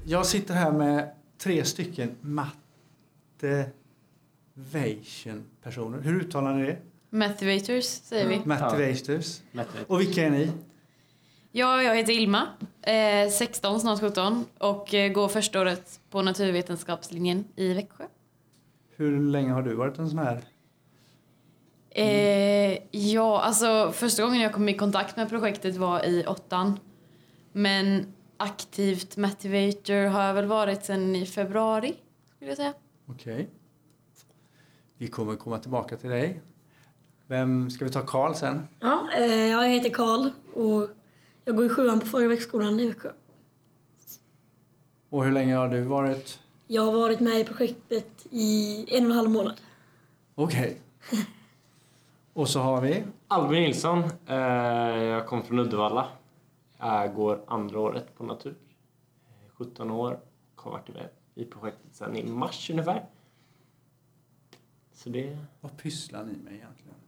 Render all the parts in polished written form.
Jag sitter här med 3 stycken motivation-personer. Hur uttalar ni det? Motivators säger vi. Motivators. Och vilka är ni? Ja, jag heter Ilma, 16, snart 17 och går första året på naturvetenskapslinjen i Växjö. Hur länge har du varit en sån här? Ja, alltså första gången jag kom i kontakt med projektet var i 8:an. Men aktivt motivator har jag väl varit sedan i februari, skulle jag säga. Okej. Vi kommer komma tillbaka till dig. Vem ska vi ta? Karl sen? Ja, jag heter Karl och jag går i 7:an på Förra Växtskolan i Växjö. Och hur länge har du varit? Jag har varit med i projektet i 1,5 månad. Okej. Och så har vi? Albin Nilsson. Jag kom från Uddevalla. Jag går andra året på natur. 17 år. Har varit med i projektet sedan i mars ungefär. Så det... Vad pysslar ni med egentligen?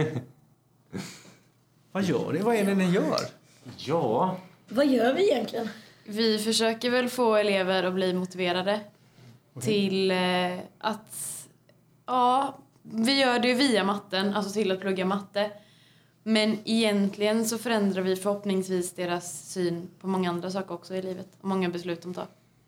Vad gör ni? Vad är det ni gör? Ja. Vad gör vi egentligen? Vi försöker väl få elever att bli motiverade till att... Ja, vi gör det via matten, alltså till att plugga matte. Men egentligen så förändrar vi förhoppningsvis deras syn på många andra saker också i livet. Och många beslut de tar.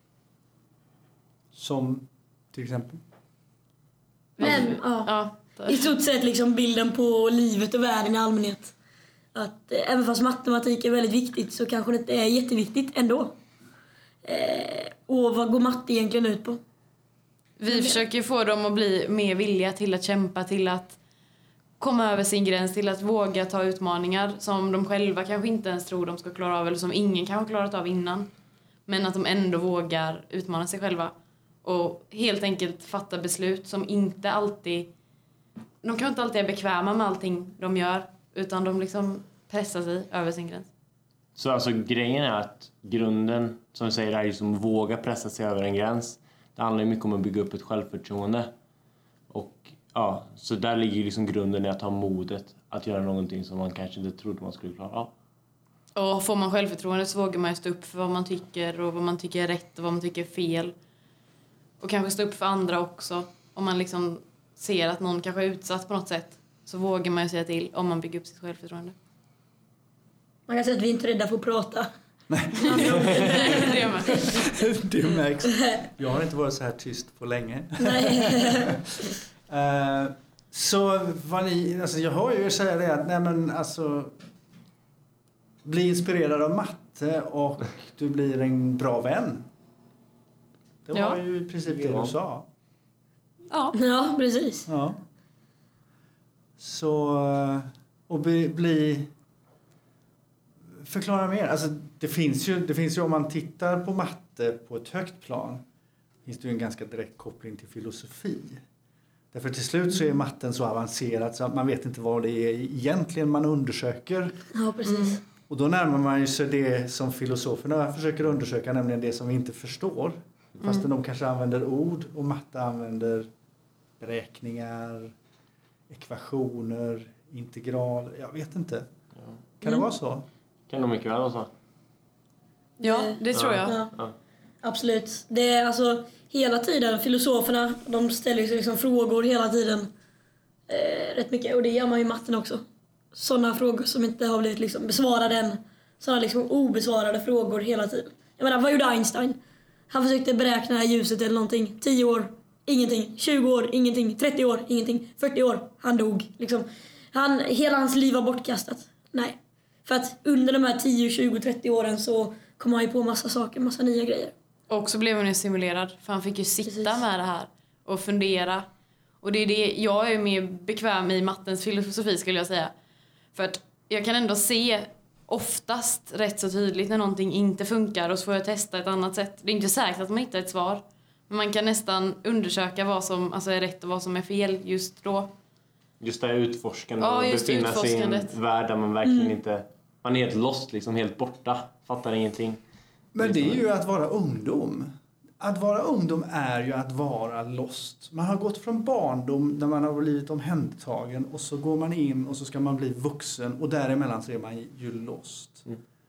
Som till exempel? Men, i stort sett liksom bilden på livet och världen i allmänhet. Att även fast matematik är väldigt viktigt så kanske det inte är jätteviktigt ändå. Och vad går matte egentligen ut på? Vi försöker få dem att bli mer villiga till att kämpa, till att komma över sin gräns, till att våga ta utmaningar som de själva kanske inte ens tror de ska klara av eller som ingen kanske klarat av innan. Men att de ändå vågar utmana sig själva och helt enkelt fatta beslut som inte alltid... De kanske inte alltid är bekväma med allting de gör, utan de liksom pressar sig över sin gräns. Så alltså grejen är att grunden, som du säger, är liksom att våga pressa sig över en gräns. Det handlar ju mycket om att bygga upp ett självförtroende. Och ja, så där ligger liksom grunden i att ha modet att göra någonting som man kanske inte trodde man skulle klara av. Och får man självförtroende så vågar man ju stå upp för vad man tycker och vad man tycker är rätt och vad man tycker är fel. Och kanske stå upp för andra också. Om man liksom ser att någon kanske är utsatt på något sätt så vågar man ju säga till om man bygger upp sitt självförtroende. Man kan säga att vi inte är rädda för att prata. Nej. Det märks. Jag har inte varit så här tyst på länge. Nej. Så vad ni, alltså jag hör ju säga det att nej men alltså bli inspirerad av matte och du blir en bra vän. Det var ju i princip det du sa. Ja, precis. Ja. Så och bli förklara mer. Alltså det finns ju om man tittar på matte på ett högt plan finns det ju en ganska direkt koppling till filosofi. Därför till slut så är matten så avancerad så att man vet inte vad det är egentligen man undersöker. Ja, precis. Och då närmar man ju sig det som filosoferna försöker undersöka, nämligen det som vi inte förstår. Fast de kanske använder ord och matte använder beräkningar, ekvationer, integral, jag vet inte. Kan det vara så? Kan det mycket väl vara så? Ja, det tror jag. Ja. Absolut. Det är alltså hela tiden, filosoferna, de ställer sig liksom frågor hela tiden. Rätt mycket, och det gör man ju i matten också. Sådana frågor som inte har blivit liksom besvarade än. Sådana liksom obesvarade frågor hela tiden. Jag menar, vad gjorde Einstein? Han försökte beräkna det här ljuset eller någonting. 10 år, ingenting. 20 år, ingenting. 30 år, ingenting. 40 år, han dog. Liksom. Hela hans liv var bortkastat. Nej. För att under de här 10, 20, 30 åren så kom han ju på massa saker, massa nya grejer. Och så blev han ju simulerad, för han fick ju sitta med det här och fundera. Och det är det, jag är mer bekväm i mattens filosofi skulle jag säga. För att jag kan ändå se oftast rätt så tydligt när någonting inte funkar och så får jag testa ett annat sätt. Det är inte säkert att man hittar ett svar. Men man kan nästan undersöka vad som alltså är rätt och vad som är fel just då. Just det här utforskande och befinna sig i en värld där man verkligen inte... Man är helt lost, liksom helt borta. Fattar ingenting. Men det är ju att vara ungdom. Att vara ungdom är ju att vara lost. Man har gått från barndom när man har blivit omhändertagen och så går man in och så ska man bli vuxen och däremellan så är man ju lost.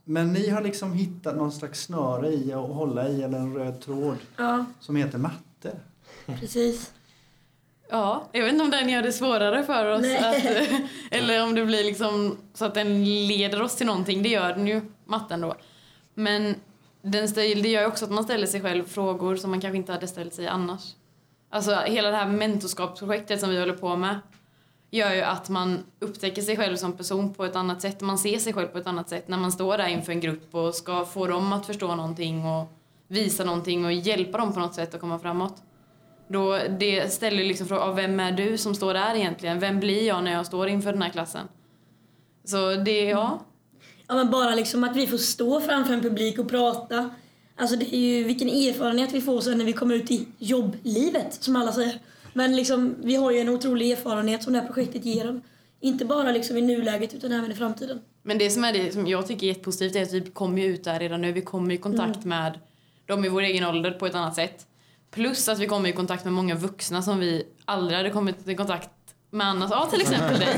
Men ni har liksom hittat någon slags snöre i att hålla i, eller en röd tråd som heter matte. Precis. Ja, jag vet inte om den gör det svårare för oss. Eller om det blir liksom så att den leder oss till någonting. Det gör den ju, matten då. Men det gör ju också att man ställer sig själv frågor som man kanske inte hade ställt sig annars. Alltså hela det här mentorskapsprojektet som vi håller på med gör ju att man upptäcker sig själv som person på ett annat sätt. Man ser sig själv på ett annat sätt när man står där inför en grupp och ska få dem att förstå någonting och visa någonting och hjälpa dem på något sätt att komma framåt. Då det ställer liksom frågan, vem är du som står där egentligen? Vem blir jag när jag står inför den här klassen? Så det, Ja, men bara liksom att vi får stå framför en publik och prata. Alltså det är ju vilken erfarenhet vi får sen när vi kommer ut i jobblivet, som alla säger. Men liksom, vi har ju en otrolig erfarenhet som det här projektet ger en. Inte bara liksom i nuläget utan även i framtiden. Men det som jag tycker är jättepositivt är att vi kommer ut där redan nu. Vi kommer i kontakt med dem i vår egen ålder på ett annat sätt. Plus att vi kommer i kontakt med många vuxna som vi aldrig hade kommit i kontakt med annars. Ja, till exempel dig.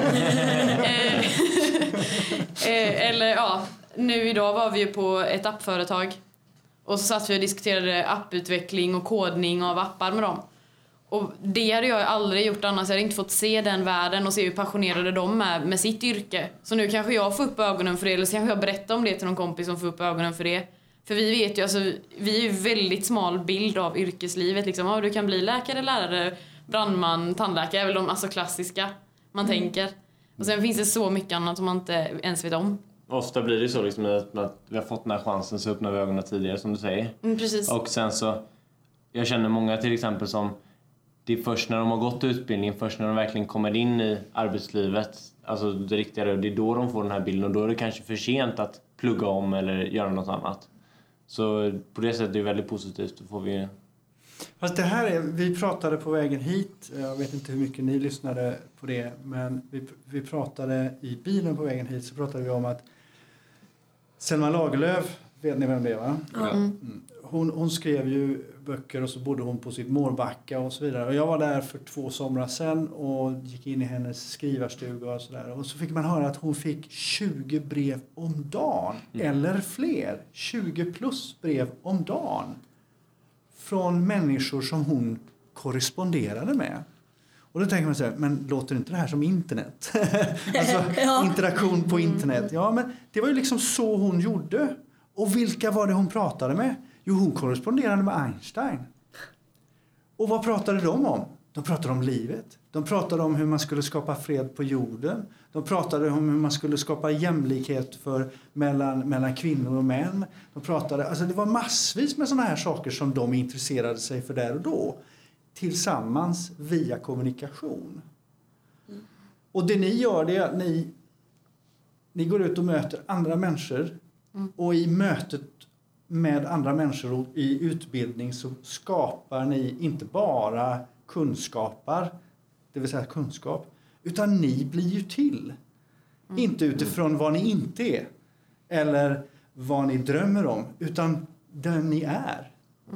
Nu idag var vi ju på ett appföretag. Och så satt vi och diskuterade apputveckling och kodning av appar med dem. Och det hade jag aldrig gjort annars. Jag hade inte fått se den världen och se hur passionerade de är med sitt yrke. Så nu kanske jag får upp ögonen för det. Eller så kanske jag berättar om det till någon kompis som får upp ögonen för det. För vi vet ju, alltså, vi är ju väldigt smal bild av yrkeslivet. Liksom. Du kan bli läkare, lärare, brandman, tandläkare. Är väl de klassiska man tänker. Och sen finns det så mycket annat som man inte ens vet om. Ofta blir det så liksom, att vi har fått den här chansen så öppnar vi ögonen tidigare, som du säger. Precis. Och sen så, jag känner många till exempel som, det är först när de har gått utbildningen, först när de verkligen kommer in i arbetslivet, alltså det riktiga, det är då de får den här bilden och då är det kanske för sent att plugga om eller göra något annat. Så på det sättet är det väldigt positivt, då får vi... Fast det här vi pratade på vägen hit, jag vet inte hur mycket ni lyssnade på det, men vi pratade i bilen på vägen hit, så pratade vi om att Selma Lagerlöf, vet ni vem det är, va? Hon skrev ju böcker och så bodde hon på sitt Mårbacka och så vidare. Och jag var där för 2 somrar sedan och gick in i hennes skrivarstuga och sådär. Och så fick man höra att hon fick 20 brev om dagen, eller fler. 20 plus brev om dagen. Från människor som hon korresponderade med. Och då tänker man så här, men låter inte det här som internet? Alltså interaktion på internet. Ja, men det var ju liksom så hon gjorde. Och vilka var det hon pratade med? Jo, hon korresponderade med Einstein. Och vad pratade de om? De pratade om livet. De pratade om hur man skulle skapa fred på jorden. De pratade om hur man skulle skapa jämlikhet mellan kvinnor och män. De pratade, alltså det var massvis med såna här saker som de intresserade sig för där och då. Tillsammans via kommunikation. Och det ni gör, det är att ni går ut och möter andra människor. Och i mötet med andra människor och i utbildning så skapar ni inte bara kunskap, utan ni blir ju till. Inte utifrån vad ni inte är eller vad ni drömmer om, utan den ni är.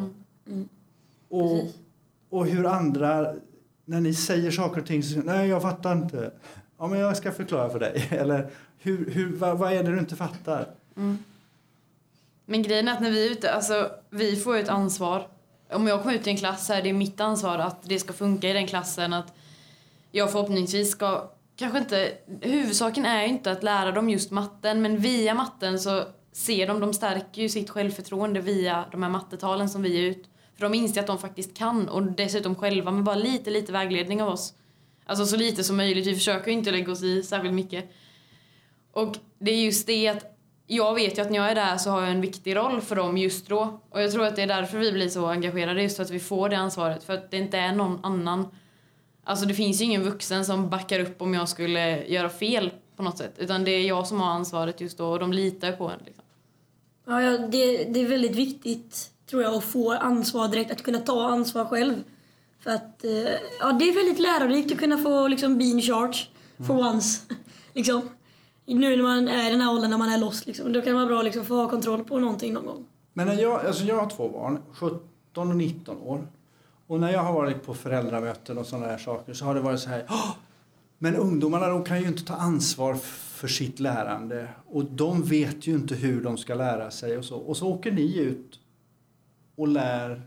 Och hur andra, när ni säger saker och ting så säger, nej jag fattar inte. Ja, men jag ska förklara för dig. Eller vad är det du inte fattar? Men grejen är att när vi är ute, alltså vi får ett ansvar. Om jag kommer ut i en klass så är det mitt ansvar att det ska funka i den klassen. Att jag förhoppningsvis ska, kanske inte, huvudsaken är ju inte att lära dem just matten. Men via matten så ser de stärker ju sitt självförtroende via de här mattetalen som vi är ut. För de inser att de faktiskt kan, och dessutom själva med bara lite vägledning av oss. Alltså så lite som möjligt, vi försöker ju inte lägga oss i särskilt mycket. Och det är just det att jag vet ju att när jag är där så har jag en viktig roll för dem just då. Och jag tror att det är därför vi blir så engagerade, just för att vi får det ansvaret. För att det inte är någon annan. Alltså det finns ju ingen vuxen som backar upp om jag skulle göra fel på något sätt. Utan det är jag som har ansvaret just då, och de litar på en liksom. Ja, det är väldigt viktigt, tror jag, att få ansvar direkt, att kunna ta ansvar själv. För att det är väldigt lärorikt att kunna få liksom be in charge for once. Liksom. Nu när man är i den här åldern, när man är lost, liksom, då kan det vara bra liksom, att få ha kontroll på någonting någon gång. Men när jag har 2 barn, 17 och 19 år. Och när jag har varit på föräldramöten och sådana här saker så har det varit så här, Men ungdomarna, de kan ju inte ta ansvar för sitt lärande. Och de vet ju inte hur de ska lära sig och så. Och så åker ni ut och lär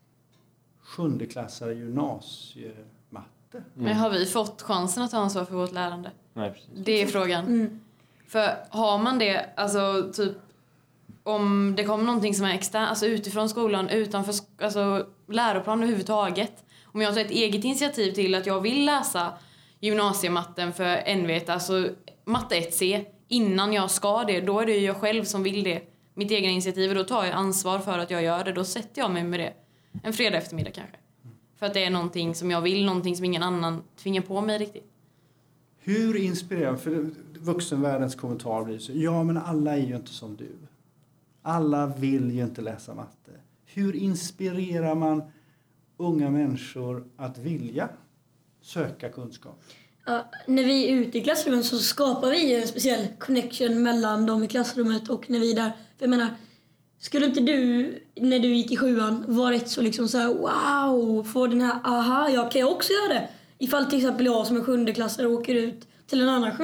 7-klassare gymnasiematte. Men har vi fått chansen att ta ansvar för vårt lärande? Nej, precis. Det är frågan. För har man det, alltså typ om det kommer någonting som är externt, alltså utifrån skolan, utanför alltså läroplan överhuvudtaget. Om jag tar ett eget initiativ till att jag vill läsa gymnasiematten för NVT, alltså matte 1C, innan jag ska det, då är det ju jag själv som vill det. Mitt egna initiativ, och då tar jag ansvar för att jag gör det. Då sätter jag mig med det. En fredag eftermiddag kanske. För att det är någonting som jag vill, någonting som ingen annan tvingar på mig riktigt. Hur inspirerar, för vuxenvärldens kommentar blir så, ja men alla är ju inte som du. Alla vill ju inte läsa matte. Hur inspirerar man unga människor att vilja söka kunskap? Ja, när vi är ute i klassrummet så skapar vi en speciell connection mellan dem i klassrummet och när vi är där. För jag menar, skulle inte du, när du gick i 7:an, varit så liksom så här, wow, få den här, aha, jag kan också göra det. Ifall till exempel jag som en 7:e-klassare åker ut till en annan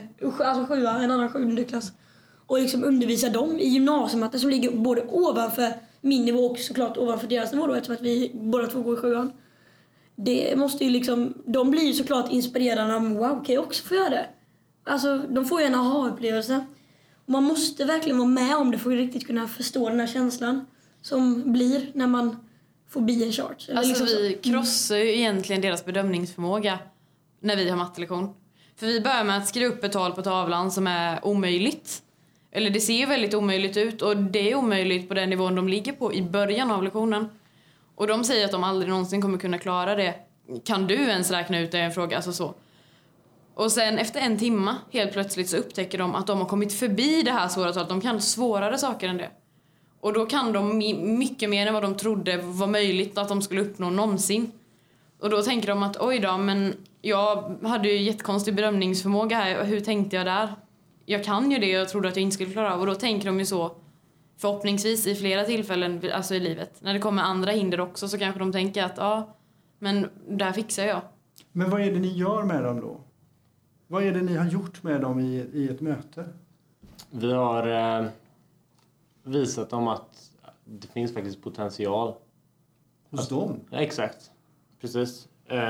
en annan 7:e-klass och liksom undervisar dem i gymnasiematte som ligger både ovanför min nivå och såklart ovanför deras nivå då, eftersom att vi båda två går i 7:an. Det måste ju liksom, de blir ju såklart inspirerade av, wow, kan jag också få göra det? Alltså, de får ju en aha-upplevelse. Man måste verkligen vara med om det för att riktigt kunna förstå den här känslan som blir när man får bli en chart. Eller Alltså liksom vi krossar ju egentligen deras bedömningsförmåga när vi har mattelektion. För vi börjar med att skriva upp ett tal på tavlan som är omöjligt. Eller det ser ju väldigt omöjligt ut, och det är omöjligt på den nivån de ligger på i början av lektionen. Och de säger att de aldrig någonsin kommer kunna klara det. Kan du ens räkna ut det, en fråga, alltså så. Och sen efter 1 timme helt plötsligt så upptäcker de att de har kommit förbi det här svåra talet. De kan svårare saker än det. Och då kan de mycket mer än vad de trodde var möjligt att de skulle uppnå någonsin. Och då tänker de att oj då, men jag hade ju jättekonstig bedömningsförmåga här. Hur tänkte jag där? Jag kan ju det, jag trodde att jag inte skulle klara av. Och då tänker de ju så, förhoppningsvis i flera tillfällen alltså i livet. När det kommer andra hinder också så kanske de tänker att ja, men där fixar jag. Men vad är det ni gör med dem då? Vad är det ni har gjort med dem i ett möte? Vi har visat dem att det finns faktiskt potential. Hos dem? Ja, exakt. Precis.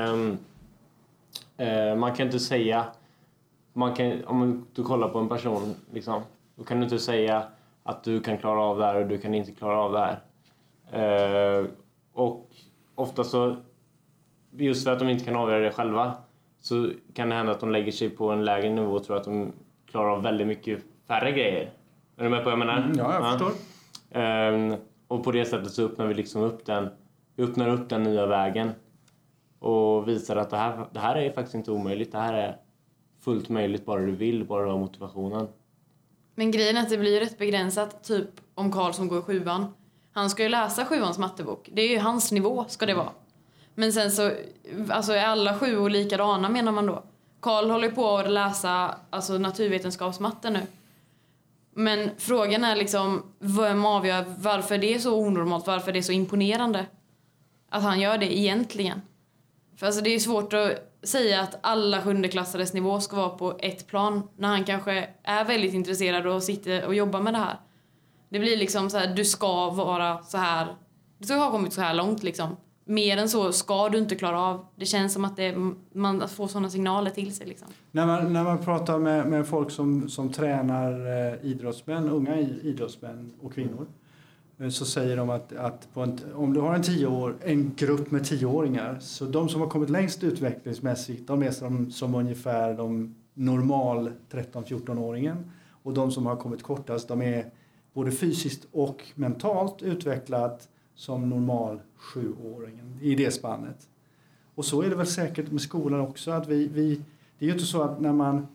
Man kan inte säga... om du kollar på en person, liksom, då kan du inte säga att du kan klara av det här och du kan inte klara av det här. Och ofta så, just för att de inte kan avgöra det själva, så kan det hända att de lägger sig på en lägre nivå och tror att de klarar av väldigt mycket färre grejer. Är du med på vad jag menar? Ja, jag förstår. Och på det sättet så öppnar vi liksom öppnar upp den nya vägen och visar att det här är faktiskt inte omöjligt. Det här är fullt möjligt bara du vill, bara du har motivationen. Men grejen är att det blir rätt begränsat. Typ om Karl som går i 7:an. Han ska ju läsa 7:ans mattebok. Det är ju hans nivå, ska det vara. Men sen så, alltså är alla 7 likadana menar man då. Karl håller på att läsa alltså naturvetenskapsmatte nu. Men frågan är liksom, vem avgör varför det är så onormalt, varför det är så imponerande att han gör det egentligen. För alltså det är svårt att säga att alla 7-klassares nivå ska vara på ett plan när han kanske är väldigt intresserad och sitter och jobbar med det här. Det blir liksom så här, du ska vara så här, du ska ha kommit så här långt liksom. Mer än så ska du inte klara av. Det känns som att man får sådana signaler till sig liksom. När man pratar med folk som tränar idrottsmän, unga idrottsmän och kvinnor, så säger de att om du har en grupp med 10-åringar, så de som har kommit längst utvecklingsmässigt, de är som ungefär de normal 13-14-åringen, och de som har kommit kortast, de är både fysiskt och mentalt utvecklat som normal 7-åringen i det spannet. Och så är det väl säkert med skolan också, att det är ju inte så att när man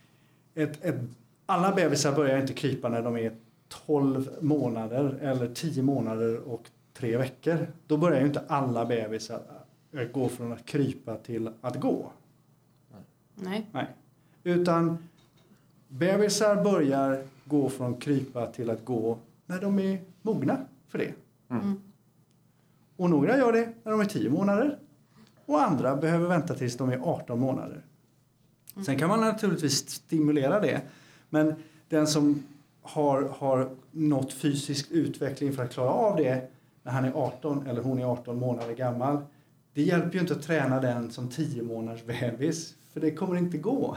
alla bebisar börjar inte krypa när de är 12 månader eller 10 månader och 3 veckor. Då börjar ju inte alla bebisar gå från att krypa till att gå. Nej. Utan bebisar börjar gå från krypa till att gå när de är mogna för det. Mm. Och några gör det när de är 10 månader. Och andra behöver vänta tills de är 18 månader. Sen kan man naturligtvis stimulera det. Men den som har nått fysisk utveckling för att klara av det när han är 18 eller hon är 18 månader gammal. Det hjälper ju inte att träna den som 10 månaders bebis. För det kommer inte gå.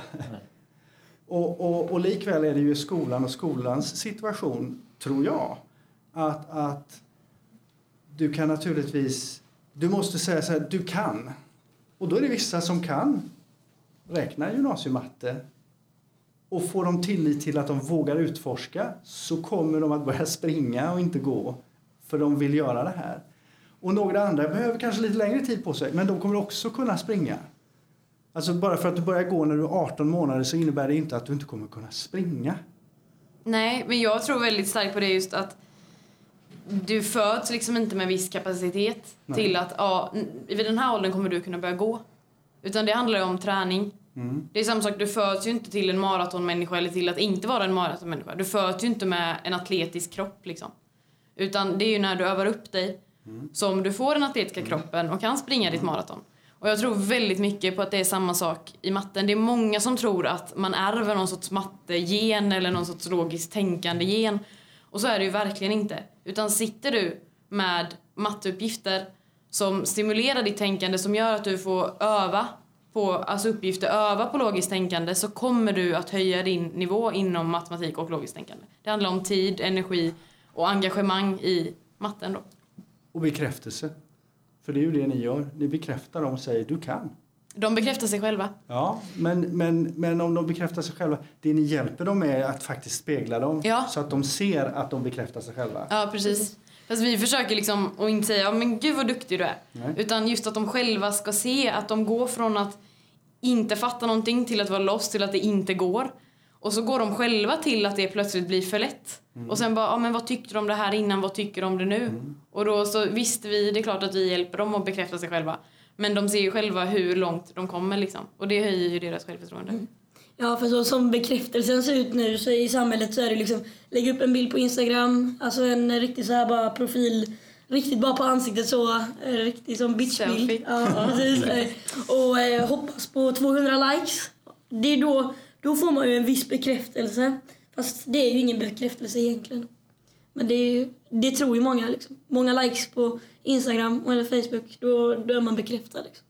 Och likväl är det ju skolan och skolans situation, tror jag. Att du kan naturligtvis... Du måste säga så här, du kan. Och då är det vissa som kan räkna gymnasiematte. Och får de tillit till att de vågar utforska, så kommer de att börja springa och inte gå. För de vill göra det här. Och några andra behöver kanske lite längre tid på sig, men de kommer också kunna springa. Alltså bara för att du börjar gå när du är 18 månader så innebär det inte att du inte kommer kunna springa. Nej, men jag tror väldigt starkt på det just att du föds liksom inte med viss kapacitet till att vid den här åldern kommer du kunna börja gå. Utan det handlar ju om träning. Det är samma sak, du föds ju inte till en maratonmänniska eller till att inte vara en maratonmänniska. Du föds ju inte med en atletisk kropp liksom. Utan det är ju när du övar upp dig som du får den atletiska kroppen och kan springa ditt maraton. Och jag tror väldigt mycket på att det är samma sak i matten. Det är många som tror att man ärver någon sorts mattegen eller någon sorts logiskt tänkande gen. Och så är det ju verkligen inte. Utan sitter du med matteuppgifter som stimulerar ditt tänkande, som gör att du får öva på, alltså uppgifter, öva på logiskt tänkande, så kommer du att höja din nivå inom matematik och logiskt tänkande. Det handlar om tid, energi och engagemang i matten då. Och bekräftelse. För det är ju det ni gör. Ni bekräftar dem och säger du kan. De bekräftar sig själva. Ja, men om de bekräftar sig själva, det ni hjälper dem är att faktiskt spegla dem. Ja. Så att de ser att de bekräftar sig själva. Ja, precis. Fast vi försöker liksom att inte säga, ja men gud vad duktig du är. Nej. Utan just att de själva ska se att de går från att inte fatta någonting till att vara lost till att det inte går. Och så går de själva till att det plötsligt blir för lätt. Och sen bara, ja men vad tyckte de om det här innan, vad tycker de om det nu? Och då så visste vi, det är klart att vi hjälper dem att bekräfta sig själva. Men de ser ju själva hur långt de kommer liksom. Och det höjer ju deras självförtroende. Ja, för så som bekräftelsen ser ut nu så i samhället så är det liksom lägga upp en bild på Instagram, alltså en riktig så här bara profil, riktigt bara på ansiktet så, riktigt som bitchbild. Selfie. Ja, precis. Och hoppas på 200 likes. Det är då får man ju en viss bekräftelse. Fast det är ju ingen bekräftelse egentligen. Men det tror ju många liksom. Många likes på Instagram eller Facebook, då är man bekräftad liksom.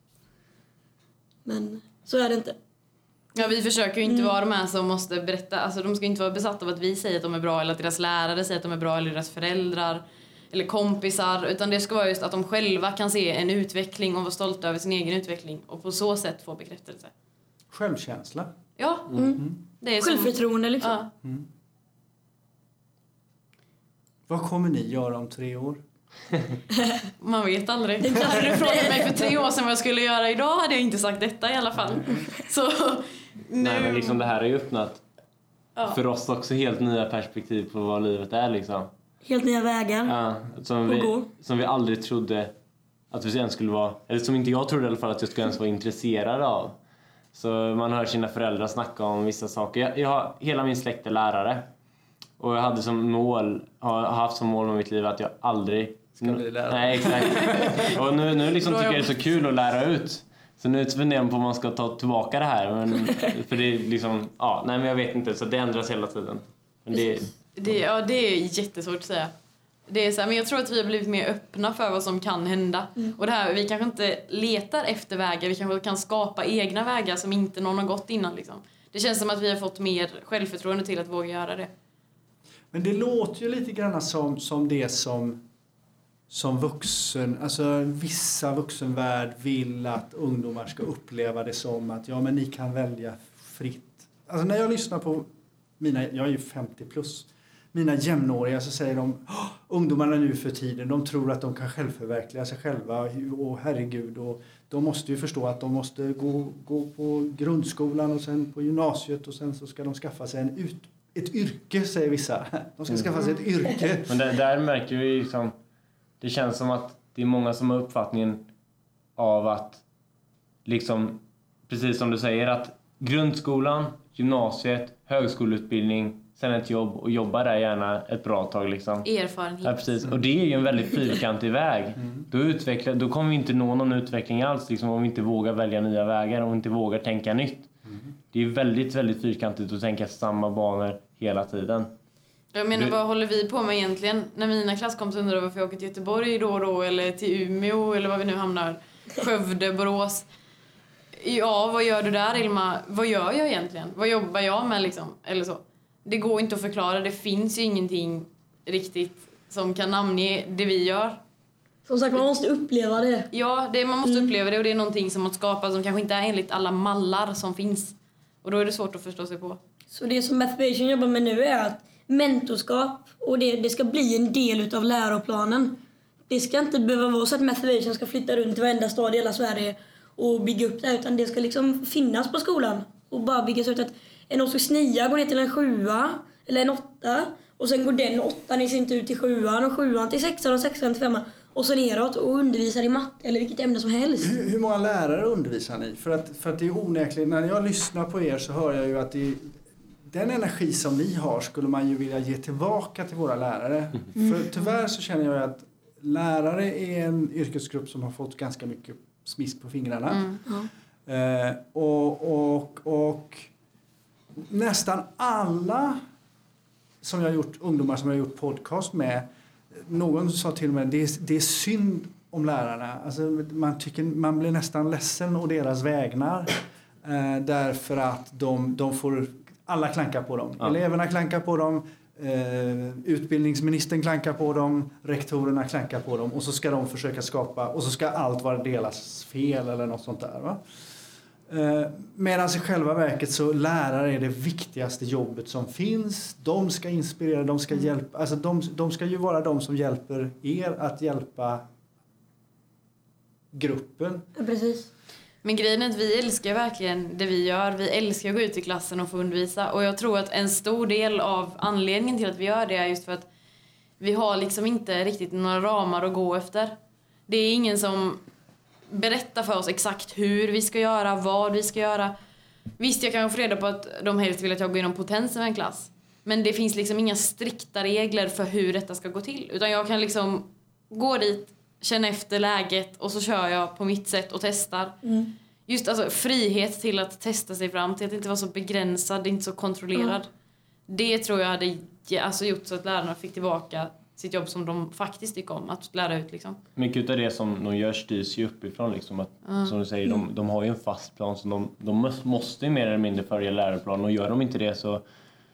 Men så är det inte. Ja, vi försöker ju inte vara de här som måste berätta. Alltså de ska inte vara besatta av att vi säger att de är bra, eller att deras lärare säger att de är bra, eller deras föräldrar eller kompisar. Utan det ska vara just att de själva kan se en utveckling och vara stolta över sin egen utveckling. Och på så sätt få bekräftelse. Självkänsla. Ja, det är Självförtroende liksom. Ja. Vad kommer ni göra om 3 år? Man vet aldrig. Hade du frågat mig för 3 år sedan vad jag skulle göra idag hade jag inte sagt detta i alla fall. Så nu... Nej, men liksom det här har ju öppnat för oss också helt nya perspektiv på vad livet är liksom. Helt nya vägar. Ja, som vi aldrig trodde att vi ens skulle vara, eller som inte jag trodde i alla fall att jag skulle ens vara intresserad av. Så man hör sina föräldrar snacka om vissa saker. Jag har hela min släkt är lärare. Och jag hade som mål, har haft som mål med mitt liv att jag aldrig ska bli lärare. Nej, exakt. Och nu liksom tycker jag det är så kul att lära ut. Så nu funderar jag på om man ska ta tillbaka det här. Men, för det är liksom, men jag vet inte. Så det ändras hela tiden. Men det är jättesvårt att säga. Det är så här, men jag tror att vi har blivit mer öppna för vad som kan hända. Och det här, vi kanske inte letar efter vägar. Vi kanske kan skapa egna vägar som inte någon har gått innan. Liksom. Det känns som att vi har fått mer självförtroende till att våga göra det. Men det låter ju lite grann som det som vuxen, alltså vissa vuxenvärld vill att ungdomar ska uppleva det som att men ni kan välja fritt. Alltså när jag lyssnar på jag är ju 50 plus, mina jämnåriga, så säger de ungdomarna nu för tiden, de tror att de kan självförverkliga sig själva och herregud, och de måste ju förstå att de måste gå på grundskolan och sen på gymnasiet och sen så ska de skaffa sig ett yrke, säger vissa. De ska skaffa sig ett yrke. Men där märker vi liksom, det känns som att det är många som har uppfattningen av att liksom, precis som du säger, att grundskolan, gymnasiet, högskoleutbildning, sen ett jobb och jobba där gärna ett bra tag liksom. Erfarenhet. Ja, precis. Och det är ju en väldigt fyrkantig väg. Då kommer vi inte nå någon utveckling alls liksom, om vi inte vågar välja nya vägar, om vi inte vågar tänka nytt. det är väldigt, väldigt fyrkantigt att tänka samma banor hela tiden. Jag menar, vad håller vi på med egentligen? När mina klasskompisar undrar varför jag åker till Göteborg då och då, eller till Umeå, eller var vi nu hamnar. Skövde, Borås. Ja, vad gör du där, Ilma? Vad gör jag egentligen? Vad jobbar jag med liksom? Eller så. Det går inte att förklara. Det finns ju ingenting riktigt som kan namnge det vi gör. Som sagt, man måste uppleva det. Ja, man måste uppleva det, och det är någonting som man skapar som kanske inte är enligt alla mallar som finns. Och då är det svårt att förstå sig på. Så det som Mathivation jobbar med nu är att mentorskap, och det ska bli en del utav läroplanen. Det ska inte behöva vara så att Mathivation ska flytta runt till varenda stad i hela Sverige och bygga upp det, utan det ska liksom finnas på skolan och bara byggas ut att en årskurs 9 går ner till en 7 eller en 8, och sen går den 8 i sin tur till 7 och 7 till 6 och 6 till 5 och så neråt och undervisar i matte eller vilket ämne som helst. Hur många lärare undervisar ni? För att det är onekligen, när jag lyssnar på er så hör jag ju att den energi som ni har skulle man ju vilja ge tillbaka till våra lärare. För tyvärr så känner jag att lärare är en yrkesgrupp som har fått ganska mycket smisk på fingrarna. Och nästan alla som jag har gjort, ungdomar som jag har gjort podcast med, någon sa till mig det är synd om lärarna. Alltså man blir nästan ledsen å deras vägnar därför att de får alla klankar på dem. Ja. Eleverna klankar på dem, utbildningsministern klankar på dem, rektorerna klankar på dem, och så ska de försöka skapa, och så ska allt vara deras fel eller något sånt där, va? Medan i själva verket så lärare är det viktigaste jobbet som finns. De ska inspirera, de ska hjälpa, alltså de ska ju vara de som hjälper er att hjälpa gruppen. Ja, precis. Men grejen är att vi älskar verkligen det vi gör. Vi älskar att gå ut i klassen och få undervisa. Och jag tror att en stor del av anledningen till att vi gör det är just för att vi har liksom inte riktigt några ramar att gå efter. Det är ingen som berättar för oss exakt hur vi ska göra, vad vi ska göra. Visst, jag kan få reda på att de helst vill att jag går igenom potensen med en klass. Men det finns liksom inga strikta regler för hur detta ska gå till. Utan jag kan liksom gå dit, känna efter läget, och så kör jag på mitt sätt och testar. Just alltså frihet till att testa sig fram, till att inte vara så begränsad, inte så kontrollerad. Det tror jag hade gjort så att lärarna fick tillbaka sitt jobb som de faktiskt tycker om att lära ut liksom. Mycket av det som de gör styrs ju uppifrån liksom, att, som du säger, de har ju en fast plan, så de måste mer eller mindre följa läroplanen, och gör de inte det så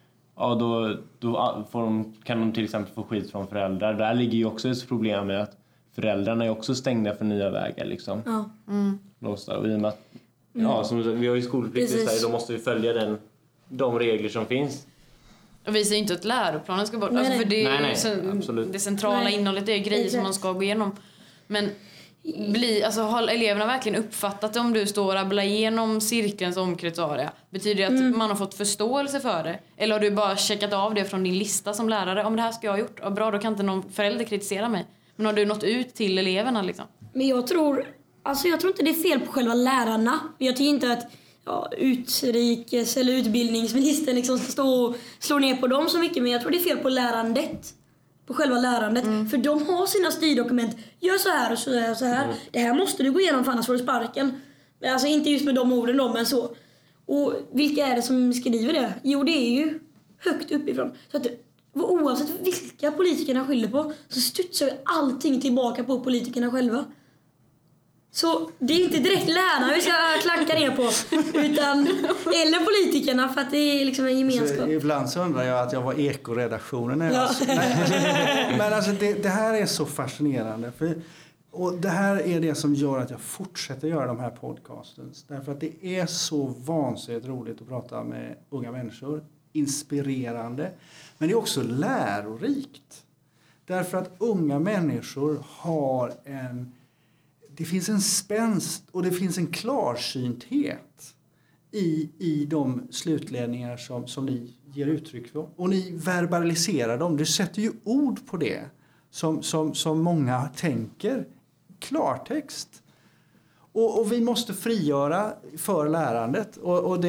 då kan de till exempel få skit från föräldrar. Där ligger ju också ett problem med att föräldrarna är också stängda för nya vägar liksom. Och i och med att som vi har ju skolplikt i Sverige, då måste vi följa de regler som finns. Och vi säger inte att läroplanen ska bort. Alltså, för det centrala innehållet, det är grejer som man ska gå igenom. Men har eleverna verkligen uppfattat det? Om du står och rabblar igenom cirkelns omkretsarea, betyder det att man har fått förståelse för det? Eller har du bara checkat av det från din lista som lärare? Om det här ska jag ha gjort, bra, då kan inte någon förälder kritisera mig. Men har du nått ut till eleverna liksom? Men jag tror inte det är fel på själva lärarna. Jag tycker inte att utrikes- eller utbildningsministern liksom ska stå och slå ner på dem så mycket. Men jag tror det är fel på lärandet. På själva lärandet. För de har sina styrdokument. Gör så här och så här och så här. Det här måste du gå igenom, för annars får du sparken. Men alltså inte just med de orden då, men så. Och vilka är det som skriver det? Jo, det är ju högt uppifrån. Så att oavsett vilka politikerna skyller på, så studsar ju allting tillbaka på politikerna själva. Så det är inte direkt lärarna vi ska klanka ner på, utan eller politikerna, för att det är liksom en gemenskap. Så ibland så undrar jag att jag var ekoredaktionen. Men alltså det här är så fascinerande. Och det här är det som gör att jag fortsätter göra de här podcasten. Därför att det är så vansinnigt roligt att prata med unga människor. Inspirerande. Men det är också lärorikt. Därför att unga människor har det finns en spänst och det finns en klarsynthet i de slutledningar som ni ger uttryck för. Och ni verbaliserar dem. Du sätter ju ord på det som många tänker. Klartext. Och vi måste frigöra för lärandet. Och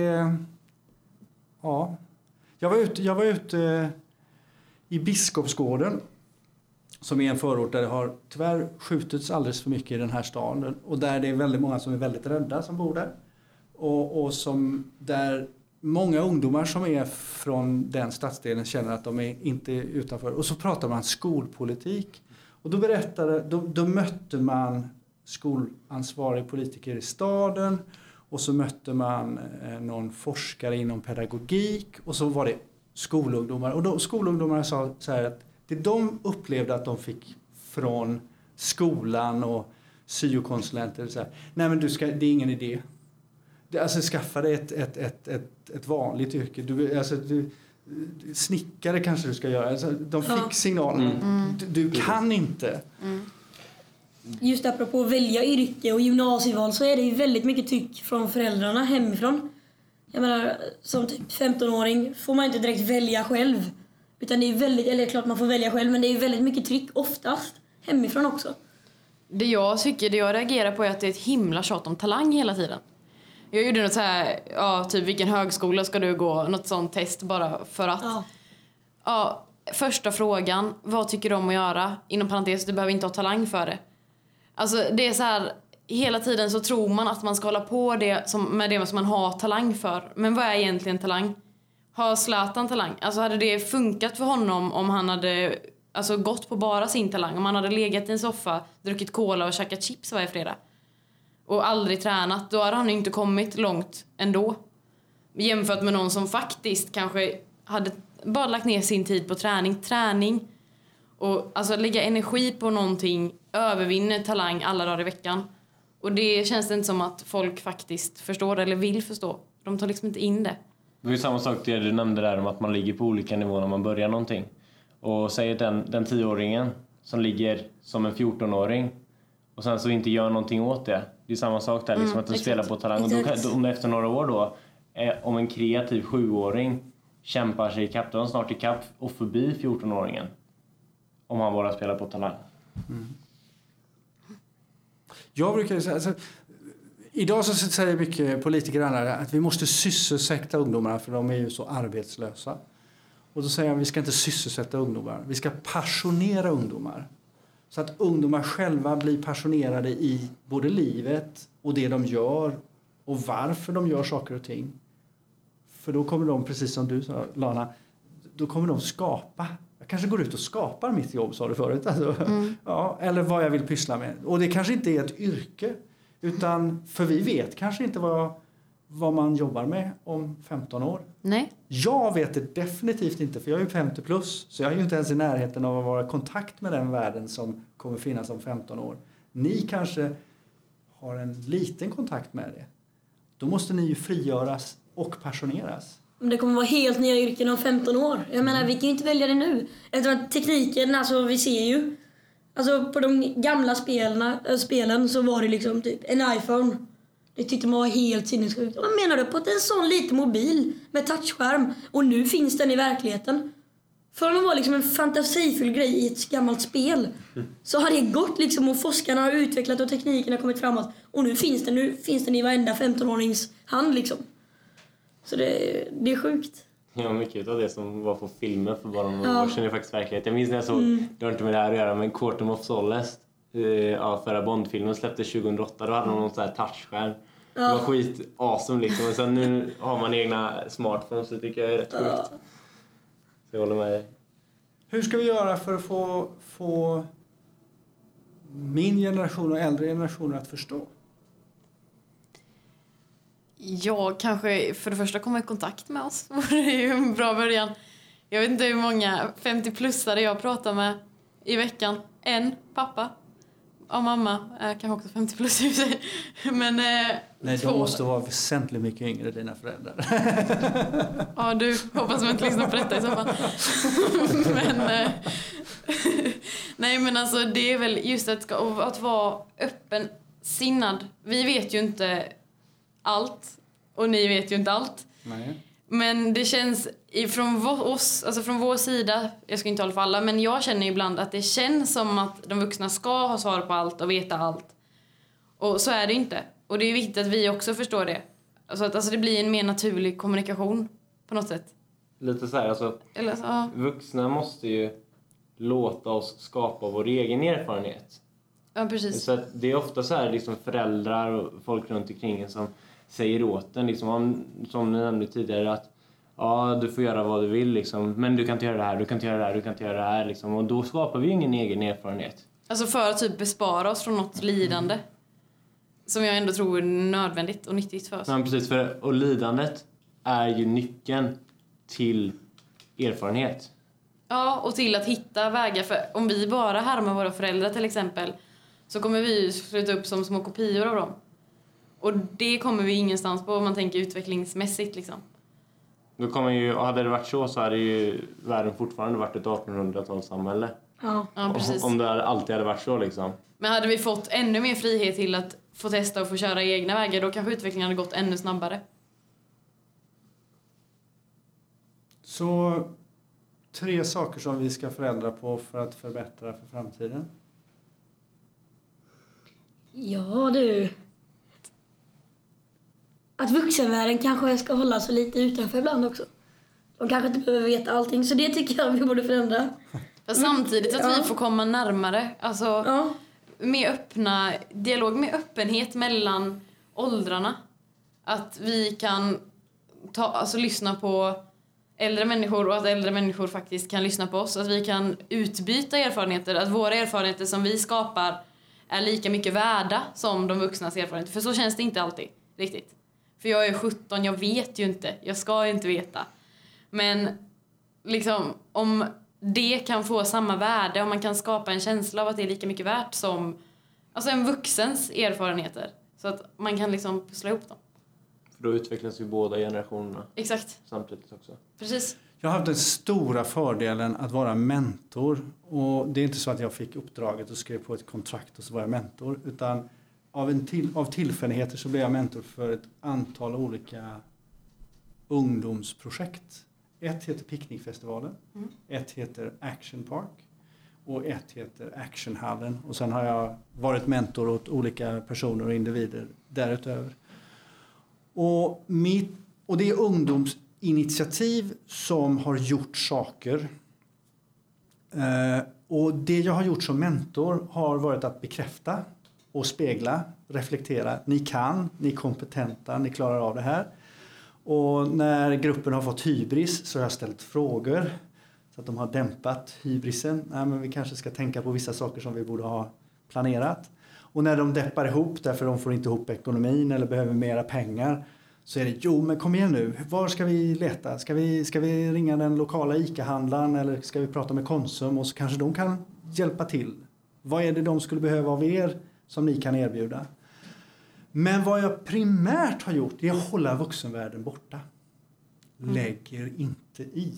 ja. Jag var ute i Biskopsgården, som är en förort där det har tyvärr skjutits alldeles för mycket i den här staden. Och där det är väldigt många som är väldigt rädda som bor där. och som där många ungdomar som är från den stadsdelen känner att de är inte utanför. Och så pratar man skolpolitik. Och då mötte man skolansvarig politiker i staden. Och så mötte man någon forskare inom pedagogik. Och så var det skolungdomar. Och skolungdomarna sa så här att det de upplevde att de fick från skolan och syokonsulenter. Så här, nej men det är ingen idé. Alltså skaffa dig ett vanligt yrke. Snickare kanske du ska göra. Alltså, de fick signalen. Du kan inte. Just apropå välja yrke och gymnasieval så är det ju väldigt mycket tryck från föräldrarna hemifrån. Jag menar, som typ 15-åring får man inte direkt välja själv. Utan det är väldigt, eller klart man får välja själv, men det är väldigt mycket tryck oftast hemifrån också. Det jag reagerar på är att det är ett himla tjat om talang hela tiden. Jag gjorde något så här, typ vilken högskola ska du gå, något sånt test bara för att. Ja, första frågan, vad tycker du om att göra? Inom parentes, du behöver inte ha talang för det. Alltså det är så här, hela tiden så tror man att man ska hålla på med det som man har talang för. Men vad är egentligen talang? Har Zlatan talang? Alltså hade det funkat för honom om han hade gått på bara sin talang? Om han hade legat i en soffa, druckit cola och käkat chips varje fredag? Och aldrig tränat, då hade han inte kommit långt ändå. Jämfört med någon som faktiskt kanske hade bara lagt ner sin tid på träning. Och alltså lägga energi på någonting övervinner talang alla dagar i veckan. Och det känns inte som att folk faktiskt förstår eller vill förstå. De tar liksom inte in det. Det är ju samma sak det du nämnde där om att man ligger på olika nivåer när man börjar någonting. Och säger den 10-åringen som ligger som en 14-åring och sen så inte gör någonting åt det. Det är samma sak där, liksom att de spelar på talang. Och då, om efter några år då, om en kreativ 7-åring kämpar sig ikapp, då är han snart ikapp och förbi 14-åringen. Om han bara spelar på talang. Jag brukar säga, idag så säger mycket politiker och andra att vi måste sysselsätta ungdomarna för de är ju så arbetslösa. Och då säger jag att vi ska inte sysselsätta ungdomar, vi ska passionera ungdomar. Så att ungdomar själva blir passionerade i både livet och det de gör och varför de gör saker och ting. För då kommer de, precis som du sa, Lana, då kommer de skapa. Jag kanske går ut och skapar mitt jobb, sa du förut. Alltså, ja, eller vad jag vill pyssla med. Och det kanske inte är ett yrke. Utan, för vi vet kanske inte vad man jobbar med om 15 år. Nej. Jag vet det definitivt inte, för jag är ju 50 plus. Så jag är ju inte ens i närheten av att vara i kontakt med den världen som kommer finnas om 15 år. Ni kanske har en liten kontakt med det. Då måste ni ju frigöras och passioneras. Det kommer vara helt nya yrken om 15 år. Jag menar, vi kan ju inte välja det nu. Efter att tekniken, alltså vi ser ju. Alltså på de gamla spelen så var det liksom typ en iPhone. Det tyckte man var helt sinnessjukt. Vad menar du på att en sån liten mobil med touchskärm och nu finns den i verkligheten? För den var liksom en fantasifull grej i ett gammalt spel. Så har det gått liksom och forskarna har utvecklat och tekniken har kommit framåt. Och nu finns den i varenda 15-årings hand liksom. Så det är sjukt. Ja, mycket av det som var på filmer för bara några år sedan är faktiskt verklighet. Jag minns när jag såg, det har inte med det här att göra, men Quantum of Solace, förra Bond-filmen släpptes 2008, då hade de någon sån här touchskärm. Det var skit awesome liksom. Och sen nu har man egna smartphones, så tycker jag är rätt sjukt. Så jag håller med dig. Hur ska vi göra för att få min generation och äldre generationer att förstå? Jag kanske för det första komma i kontakt med oss. Det är ju en bra början. Jag vet inte hur många 50-plussare jag pratar med i veckan. En pappa och mamma kanske också 50 plus i sig. Men nej, de måste vara väsentligt mycket yngre, dina föräldrar. Ja, du hoppas man inte lyssnar på detta i så fall. Men nej, men alltså det är väl just att vara öppensinnad. Vi vet ju inte allt och ni vet ju inte allt. Nej. Men det känns från oss, alltså från vår sida, jag ska inte hålla för alla, men jag känner ibland att det känns som att de vuxna ska ha svar på allt och veta allt. Och så är det inte. Och det är viktigt att vi också förstår det. Alltså det blir en mer naturlig kommunikation på något sätt. Lite så här, alltså, eller så, ja. Vuxna måste ju låta oss skapa vår egen erfarenhet. Ja, precis. Så att det är ofta så här liksom föräldrar och folk runt omkring som säger åt den. Liksom, som ni nämnde tidigare att ja, du får göra vad du vill liksom, men du kan inte göra det här, du kan inte göra det här, du kan inte göra det här liksom, och då skapar vi ingen egen erfarenhet. Alltså för att typ bespara oss från något lidande som jag ändå tror är nödvändigt och nyttigt för oss. Ja, precis, och lidandet är ju nyckeln till erfarenhet. Ja, och till att hitta vägar. För om vi bara härmar våra föräldrar till exempel, så kommer vi sluta upp som små kopior av dem. Och det kommer vi ingenstans på om man tänker utvecklingsmässigt liksom. Då kommer ju, och hade det varit så hade ju världen fortfarande varit ett 1800-talssamhälle. Ja, precis. Om det alltid hade varit så liksom. Men hade vi fått ännu mer frihet till att få testa och få köra egna vägar, då kanske utvecklingen hade gått ännu snabbare. Så 3 saker som vi ska förändra på för att förbättra för framtiden. Ja du. Att vuxenvärlden kanske ska hålla sig lite utanför ibland också. De kanske inte behöver veta allting, så det tycker jag vi borde förändra. Fast samtidigt att vi får komma närmare. Alltså med öppna, dialog med öppenhet mellan åldrarna. Att vi kan lyssna på äldre människor och att äldre människor faktiskt kan lyssna på oss. Att vi kan utbyta erfarenheter. Att våra erfarenheter som vi skapar är lika mycket värda som de vuxnas erfarenheter. För så känns det inte alltid riktigt. För jag är 17, jag vet ju inte. Jag ska ju inte veta. Men liksom, om det kan få samma värde, om man kan skapa en känsla av att det är lika mycket värt som alltså en vuxens erfarenheter. Så att man kan liksom pussla ihop dem. För då utvecklas ju båda generationerna. Exakt. Samtidigt också. Precis. Jag har haft den stora fördelen att vara mentor. Och det är inte så att jag fick uppdraget och skrev på ett kontrakt och så var jag mentor. Utan av tillfälligheter så blev jag mentor för ett antal olika ungdomsprojekt. Ett heter Picknickfestivalen. Ett heter Action Park. Och ett heter Actionhallen. Och sen har jag varit mentor åt olika personer och individer därutöver. Och det är ungdomsinitiativ som har gjort saker. Och det jag har gjort som mentor har varit att bekräfta och spegla, reflektera. Ni är kompetenta, ni klarar av det här. Och när gruppen har fått hybris så har jag ställt frågor så att de har dämpat hybrisen. Nej, men vi kanske ska tänka på vissa saker som vi borde ha planerat. Och när de deppar ihop därför de får inte ihop ekonomin eller behöver mera pengar, så är det, men kom igen nu, var ska vi leta? Ska vi ringa den lokala ICA-handlaren eller ska vi prata med Konsum, och så kanske de kan hjälpa till. Vad är det de skulle behöva av er som ni kan erbjuda? Men vad jag primärt har gjort är att hålla vuxenvärlden borta. Lägger inte i.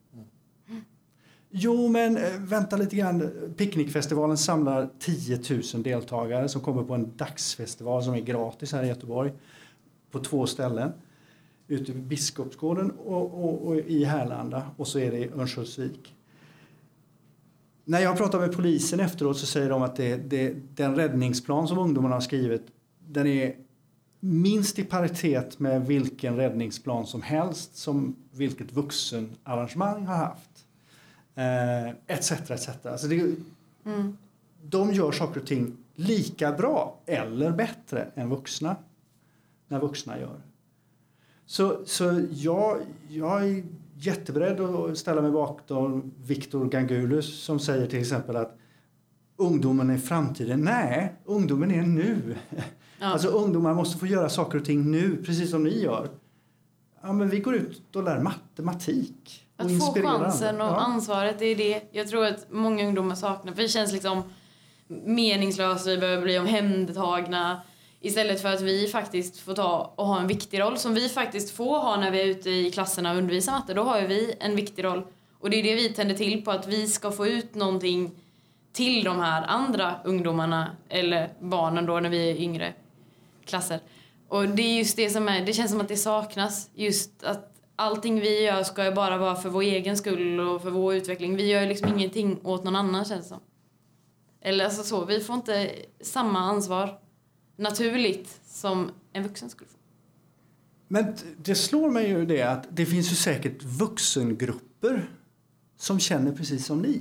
Jo, men vänta lite grann. Picknickfestivalen samlar 10 000 deltagare som kommer på en dagsfestival som är gratis här i Göteborg. På 2 ställen. Ute vid Biskopsgården och i Härlanda. Och så är det i Örnsköldsvik. När jag pratar med polisen efteråt så säger de att den räddningsplan som ungdomarna har skrivit, den är minst i paritet med vilken räddningsplan som helst som vilket vuxenarrangemang har haft. Etc. Alltså de gör saker och ting lika bra eller bättre än vuxna när vuxna gör. Så jag är jätteberedd att ställa mig bakom Viktor Gangulus som säger till exempel att ungdomen är framtiden. Nej, ungdomen är nu. Ja. Alltså ungdomar måste få göra saker och ting nu, precis som ni gör. Ja, men vi går ut och lär matematik. Att få chansen och ansvaret, det är det jag tror att många ungdomar saknar. För det känns liksom meningslöst, vi behöver bli omhändertagna. Istället för att vi faktiskt får ta och ha en viktig roll som vi faktiskt får ha när vi är ute i klasserna och undervisar matte. Då har ju vi en viktig roll. Och det är det vi tänder till på, att vi ska få ut någonting till de här andra ungdomarna eller barnen då när vi är yngre klasser. Och det är just det som är, det känns som att det saknas. Just att allting vi gör ska ju bara vara för vår egen skull och för vår utveckling. Vi gör liksom ingenting åt någon annan, känns det som. Eller alltså så, vi får inte samma ansvar naturligt som en vuxen skulle få. Men det slår mig ju det att det finns ju säkert vuxengrupper som känner precis som ni.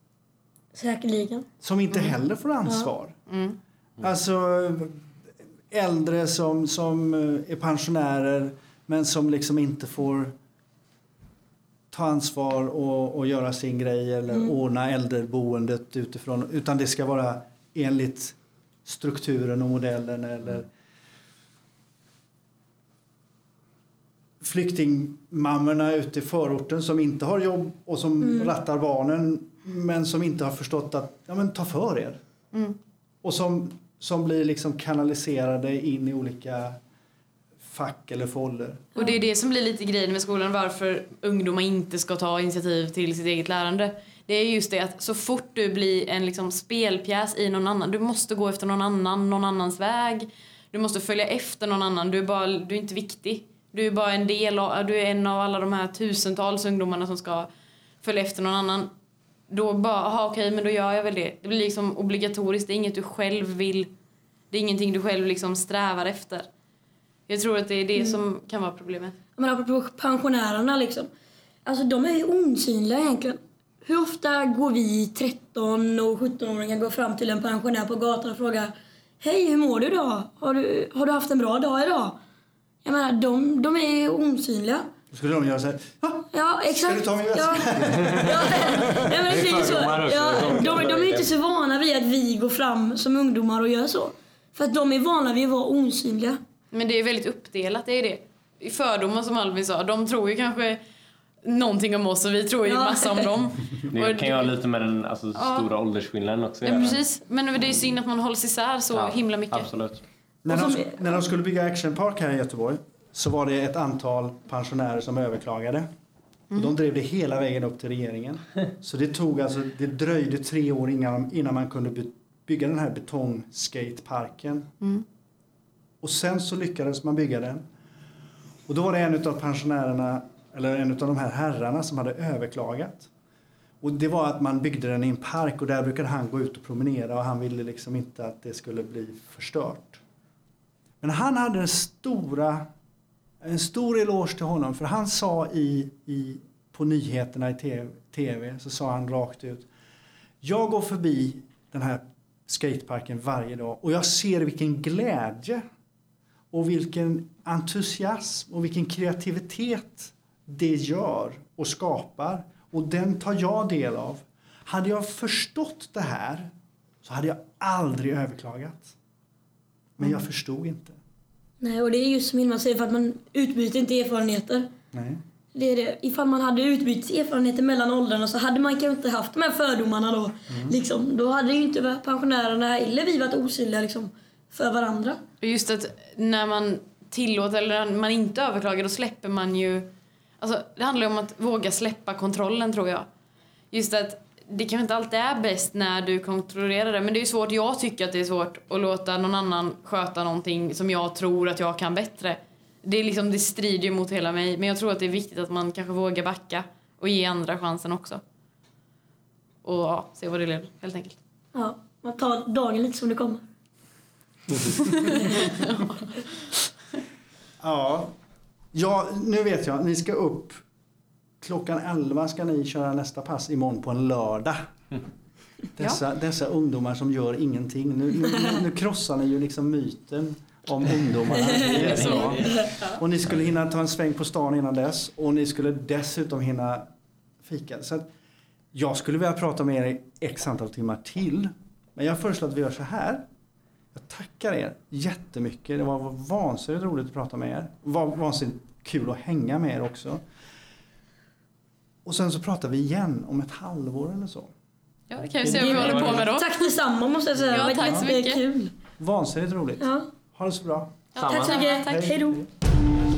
Säkerligen. Som inte heller får ansvar. Mm. Alltså äldre som är pensionärer men som liksom inte får ta ansvar och göra sin grej eller ordna äldreboendet utifrån, utan det ska vara enligt strukturen och modellen, eller flyktingmammorna ute i förorten som inte har jobb och som rattar barnen men som inte har förstått att ta för er. Och som blir liksom kanaliserade in i olika fack eller foller. Och det är det som blir lite grejen med skolan, varför ungdomar inte ska ta initiativ till sitt eget lärande. Det är just det att så fort du blir en liksom spelpjäs i någon annan, du måste gå efter någon annans väg. Du måste följa efter någon annan. Du är inte viktig. Du är bara du är en av alla de här tusentals ungdomarna som ska följa efter någon annan. Då bara, okej, men då gör jag väl det. Det blir liksom obligatoriskt. Det är inget du själv vill. Det är ingenting du själv liksom strävar efter. Jag tror att det är det som kan vara problemet. Men apropå pensionärerna liksom. Alltså de är ju osynliga egentligen. Hur ofta går vi 13 och 17-åringar går fram till en pensionär på gatan och frågar: hej, hur mår du idag? Har du haft en bra dag idag? Jag menar, de är osynliga. Då skulle de göra så här: ja, exakt. Ska du ta min väska? Men det är så. De är inte så vana vid att vi går fram som ungdomar och gör så. För att de är vana vid att vara osynliga. Men det är väldigt uppdelat, det är det. I fördomar som Albin sa, de tror ju kanske någonting om oss och vi tror ju massa om dem. Det kan ju ha lite med den stora åldersskillnaden också. Ja, precis. Men det är synd att man hålls isär så himla mycket. Absolut. När de skulle bygga Action Park här i Göteborg så var det ett antal pensionärer som överklagade. Och de drev det hela vägen upp till regeringen. Så det dröjde 3 år innan man kunde bygga den här betongskateparken. Och sen så lyckades man bygga den. Och då var det en av pensionärerna, eller en av de här herrarna som hade överklagat. Och det var att man byggde den i en park och där brukade han gå ut och promenera och han ville liksom inte att det skulle bli förstört. Men han hade en stor eloge till honom, för han sa på nyheterna i tv så sa han rakt ut: jag går förbi den här skateparken varje dag och jag ser vilken glädje och vilken entusiasm och vilken kreativitet det gör och skapar, och den tar jag del av. Hade jag förstått det här så hade jag aldrig överklagat. Men jag förstod inte. Nej, och det är just som man säger, för att man utbyter inte erfarenheter. Nej. Det är det. Ifall man hade utbytt erfarenheter mellan åldrarna så hade man kanske inte haft de här fördomarna då. Liksom. Då hade ju inte pensionärerna eller vi varit osynliga liksom, för varandra. Just att när man tillåter eller när man inte överklagar, då släpper man ju... Alltså, det handlar ju om att våga släppa kontrollen, tror jag. Just att det kanske inte alltid är bäst när du kontrollerar det. Men det är ju svårt, jag tycker att det är svårt att låta någon annan sköta någonting som jag tror att jag kan bättre. Det är liksom, det strider ju mot hela mig. Men jag tror att det är viktigt att man kanske vågar backa och ge andra chansen också. Och se vad det leder, helt enkelt. Ja, man tar dagen lite som det kommer. Ja, nu vet jag. Ni ska upp klockan 11 ska ni köra nästa pass imorgon på en lördag. Dessa ungdomar som gör ingenting. Nu krossar ni ju liksom myten om ungdomarna. Och ni skulle hinna ta en sväng på stan innan dess. Och ni skulle dessutom hinna fika. Så att jag skulle vilja prata med er i x antal timmar till. Men jag föreslår att vi gör så här. Jag tackar er jättemycket. Det var vansinnigt roligt att prata med er. Det var vansinnigt kul att hänga med er också. Och sen så pratar vi igen om ett halvår eller så. Ja, det kan vi se vad vi håller på med då. Tack detsamma, måste jag säga. Ja, tack så mycket. Kul. Vansinnigt roligt. Ja. Ha det så bra. Tack så mycket. Hej då.